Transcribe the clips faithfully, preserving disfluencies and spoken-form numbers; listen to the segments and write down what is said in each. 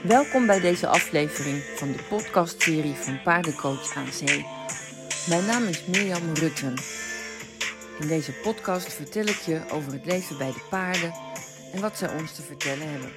Welkom bij deze aflevering van de podcastserie van Paardencoach aan Zee. Mijn naam is Mirjam Rutten. In deze podcast vertel ik je over het leven bij de paarden en wat zij ons te vertellen hebben.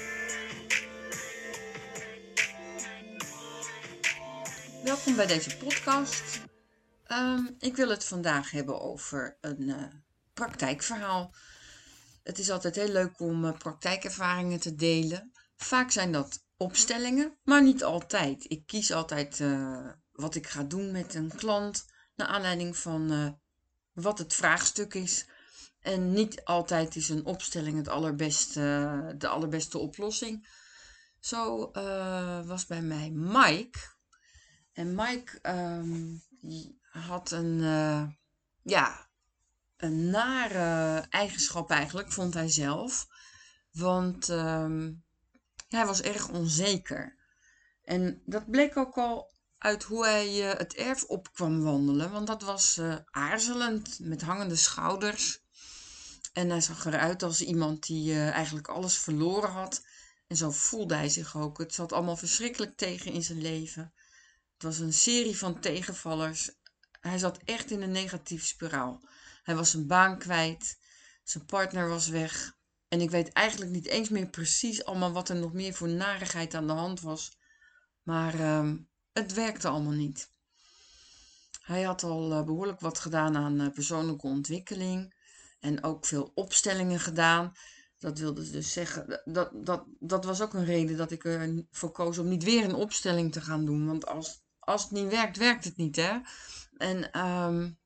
Welkom bij deze podcast. Um, ik wil het vandaag hebben over een uh, praktijkverhaal. Het is altijd heel leuk om uh, praktijkervaringen te delen. Vaak zijn dat opstellingen, maar niet altijd. Ik kies altijd uh, wat ik ga doen met een klant naar aanleiding van uh, wat het vraagstuk is. En niet altijd is een opstelling het allerbeste, uh, de allerbeste oplossing. Zo uh, was bij mij Mike. En Mike um, had een, uh, ja, een nare eigenschap eigenlijk, vond hij zelf. Want um, hij was erg onzeker. En dat bleek ook al uit hoe hij uh, het erf op kwam wandelen. Want dat was uh, aarzelend, met hangende schouders. En hij zag eruit als iemand die uh, eigenlijk alles verloren had. En zo voelde hij zich ook. Het zat allemaal verschrikkelijk tegen in zijn leven. Het was een serie van tegenvallers. Hij zat echt in een negatieve spiraal. Hij was zijn baan kwijt. Zijn partner was weg. En ik weet eigenlijk niet eens meer precies allemaal wat er nog meer voor narigheid aan de hand was. Maar uh, het werkte allemaal niet. Hij had al uh, behoorlijk wat gedaan aan uh, persoonlijke ontwikkeling. En ook veel opstellingen gedaan. Dat wilde dus zeggen, dat, dat, dat was ook een reden dat ik ervoor koos om niet weer een opstelling te gaan doen. Want als, als het niet werkt, werkt het niet, hè. En um,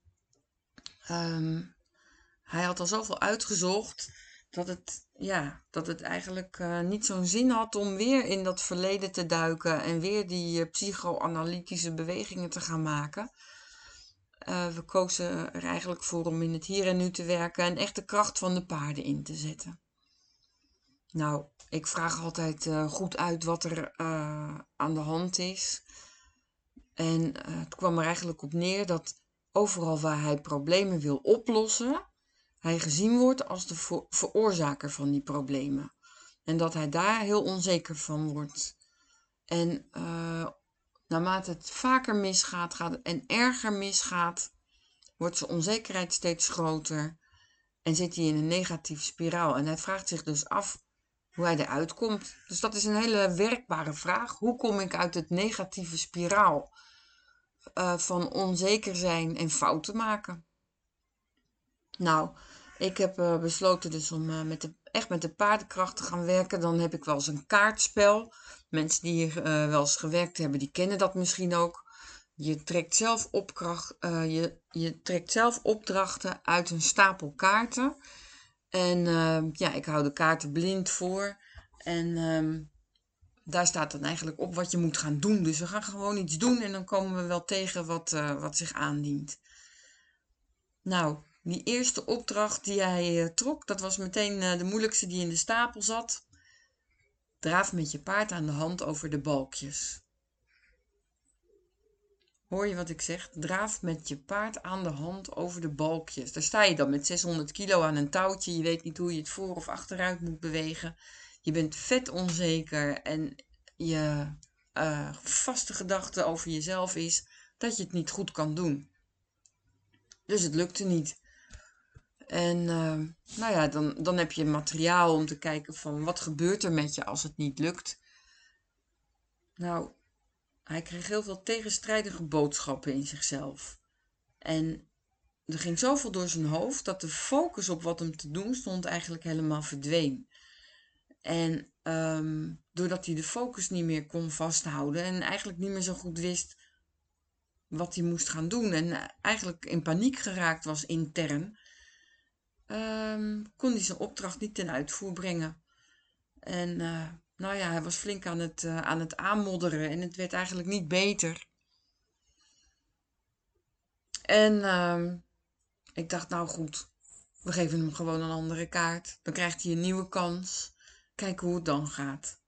um, hij had al zoveel uitgezocht dat het, ja, dat het eigenlijk uh, niet zo'n zin had om weer in dat verleden te duiken en weer die uh, psychoanalytische bewegingen te gaan maken. Uh, we kozen er eigenlijk voor om in het hier en nu te werken en echt de kracht van de paarden in te zetten. Nou, ik vraag altijd uh, goed uit wat er uh, aan de hand is. En uh, het kwam er eigenlijk op neer dat overal waar hij problemen wil oplossen, hij gezien wordt als de ver- veroorzaker van die problemen. En dat hij daar heel onzeker van wordt. En uh, naarmate het vaker misgaat gaat en erger misgaat, wordt zijn onzekerheid steeds groter. En zit hij in een negatieve spiraal. En hij vraagt zich dus af hoe hij eruit komt. Dus dat is een hele werkbare vraag. Hoe kom ik uit het negatieve spiraal uh, van onzeker zijn en fouten maken? Nou, ik heb uh, besloten dus om uh, met de, echt met de paardenkracht te gaan werken. Dan heb ik wel eens een kaartspel. Mensen die hier uh, wel eens gewerkt hebben, die kennen dat misschien ook. Je trekt zelf, opkracht, uh, je, je trekt zelf opdrachten uit een stapel kaarten. En uh, ja, ik hou de kaarten blind voor. En uh, daar staat dan eigenlijk op wat je moet gaan doen. Dus we gaan gewoon iets doen en dan komen we wel tegen wat, uh, wat zich aandient. Nou, die eerste opdracht die hij uh, trok, dat was meteen uh, de moeilijkste die in de stapel zat. Draaf met je paard aan de hand over de balkjes. Hoor je wat ik zeg? Draaf met je paard aan de hand over de balkjes. Daar sta je dan met zeshonderd kilo aan een touwtje. Je weet niet hoe je het voor of achteruit moet bewegen. Je bent vet onzeker en je uh, vaste gedachte over jezelf is dat je het niet goed kan doen. Dus het lukte niet. En uh, nou ja, dan, dan heb je materiaal om te kijken van wat gebeurt er met je als het niet lukt. Nou, hij kreeg heel veel tegenstrijdige boodschappen in zichzelf. En er ging zoveel door zijn hoofd dat de focus op wat hem te doen stond eigenlijk helemaal verdween. En um, doordat hij de focus niet meer kon vasthouden en eigenlijk niet meer zo goed wist wat hij moest gaan doen en eigenlijk in paniek geraakt was intern, um, kon hij zijn opdracht niet ten uitvoer brengen. En uh, nou ja, hij was flink aan het, uh, aan het aanmodderen en het werd eigenlijk niet beter. En uh, ik dacht, nou goed, we geven hem gewoon een andere kaart. Dan krijgt hij een nieuwe kans. Kijken hoe het dan gaat.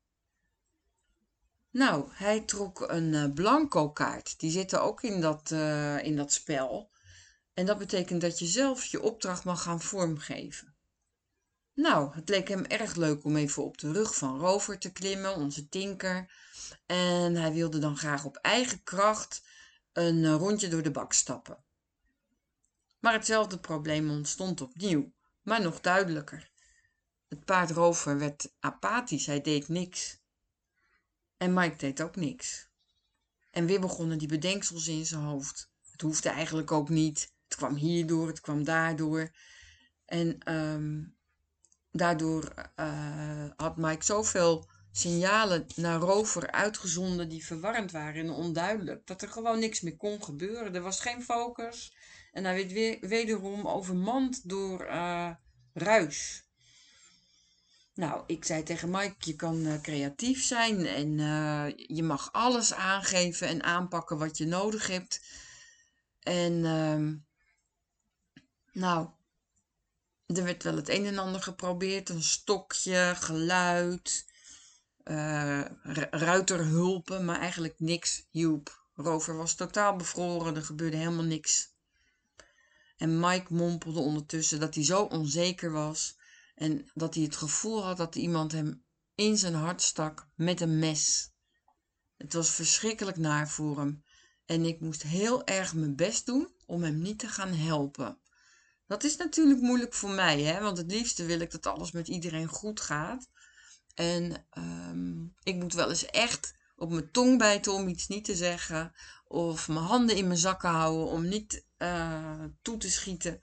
Nou, hij trok een uh, blanco kaart. Die zitten ook in dat, uh, in dat spel. En dat betekent dat je zelf je opdracht mag gaan vormgeven. Nou, het leek hem erg leuk om even op de rug van Rover te klimmen, onze tinker. En hij wilde dan graag op eigen kracht een eh, rondje door de bak stappen. Maar hetzelfde probleem ontstond opnieuw, maar nog duidelijker. Het paard Rover werd apathisch, hij deed niks. En Mike deed ook niks. En weer begonnen die bedenksels in zijn hoofd. Het hoefde eigenlijk ook niet. Het kwam hierdoor, het kwam daardoor. En um, daardoor uh, had Mike zoveel signalen naar Rover uitgezonden die verwarrend waren en onduidelijk, dat er gewoon niks meer kon gebeuren. Er was geen focus en hij werd weer, wederom overmand door uh, ruis. Nou, ik zei tegen Mike, je kan uh, creatief zijn en uh, je mag alles aangeven en aanpakken wat je nodig hebt. En uh, nou, er werd wel het een en ander geprobeerd, een stokje, geluid, uh, ruiterhulpen, maar eigenlijk niks hielp. Rover was totaal bevroren, er gebeurde helemaal niks. En Mike mompelde ondertussen dat hij zo onzeker was en dat hij het gevoel had dat iemand hem in zijn hart stak met een mes. Het was verschrikkelijk naar voor hem en ik moest heel erg mijn best doen om hem niet te gaan helpen. Dat is natuurlijk moeilijk voor mij, hè? Want het liefste wil ik dat alles met iedereen goed gaat. En um, ik moet wel eens echt op mijn tong bijten om iets niet te zeggen. Of mijn handen in mijn zakken houden om niet uh, toe te schieten.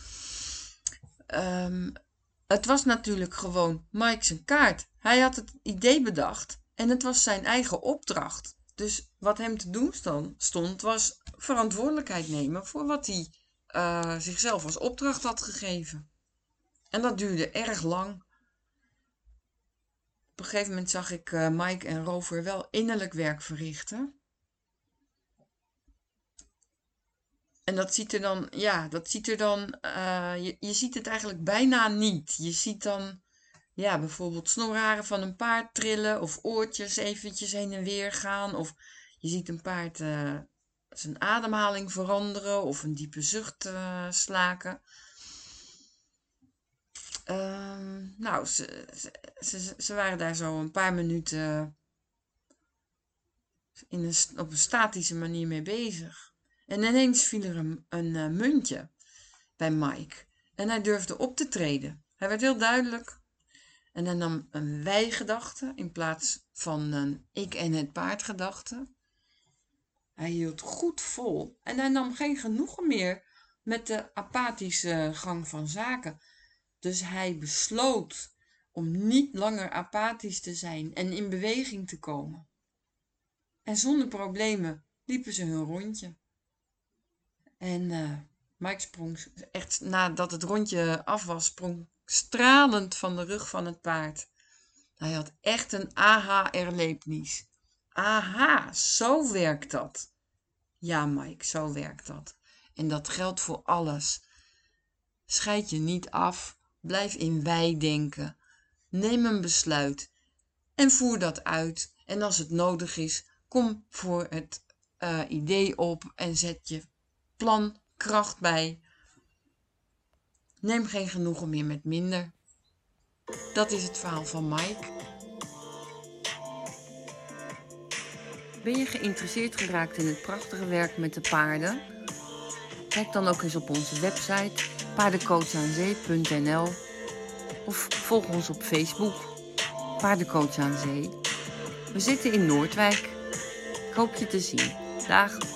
Um, het was natuurlijk gewoon Mike zijn kaart. Hij had het idee bedacht en het was zijn eigen opdracht. Dus wat hem te doen stond, was verantwoordelijkheid nemen voor wat hij uh, zichzelf als opdracht had gegeven. En dat duurde erg lang. Op een gegeven moment zag ik uh, Mike en Rover wel innerlijk werk verrichten. En dat ziet er dan, ja, dat ziet er dan, uh, je, je ziet het eigenlijk bijna niet. Je ziet dan, ja, bijvoorbeeld snorharen van een paard trillen of oortjes eventjes heen en weer gaan. Of je ziet een paard uh, zijn ademhaling veranderen of een diepe zucht uh, slaken. Uh, nou, ze, ze, ze waren daar zo een paar minuten in een, op een statische manier mee bezig. En ineens viel er een, een uh, muntje bij Mike. En hij durfde op te treden. Hij werd heel duidelijk. En hij nam een wij-gedachte in plaats van een ik en het paard gedachte. Hij hield goed vol. En hij nam geen genoegen meer met de apathische gang van zaken. Dus hij besloot om niet langer apathisch te zijn en in beweging te komen. En zonder problemen liepen ze hun rondje. En uh, Mike sprong echt, nadat het rondje af was, sprong stralend van de rug van het paard. Hij had echt een aha-erlebnis. Aha, zo werkt dat. Ja, Mike, zo werkt dat. En dat geldt voor alles. Scheid je niet af, blijf in wij denken. Neem een besluit en voer dat uit. En als het nodig is, kom voor het uh, idee op en zet je plan kracht bij. Neem geen genoegen meer met minder. Dat is het verhaal van Mike. Ben je geïnteresseerd geraakt in het prachtige werk met de paarden? Kijk dan ook eens op onze website paardencoach aan zee punt n l of volg ons op Facebook, Paardencoach aan Zee. We zitten in Noordwijk. Ik hoop je te zien. Dag!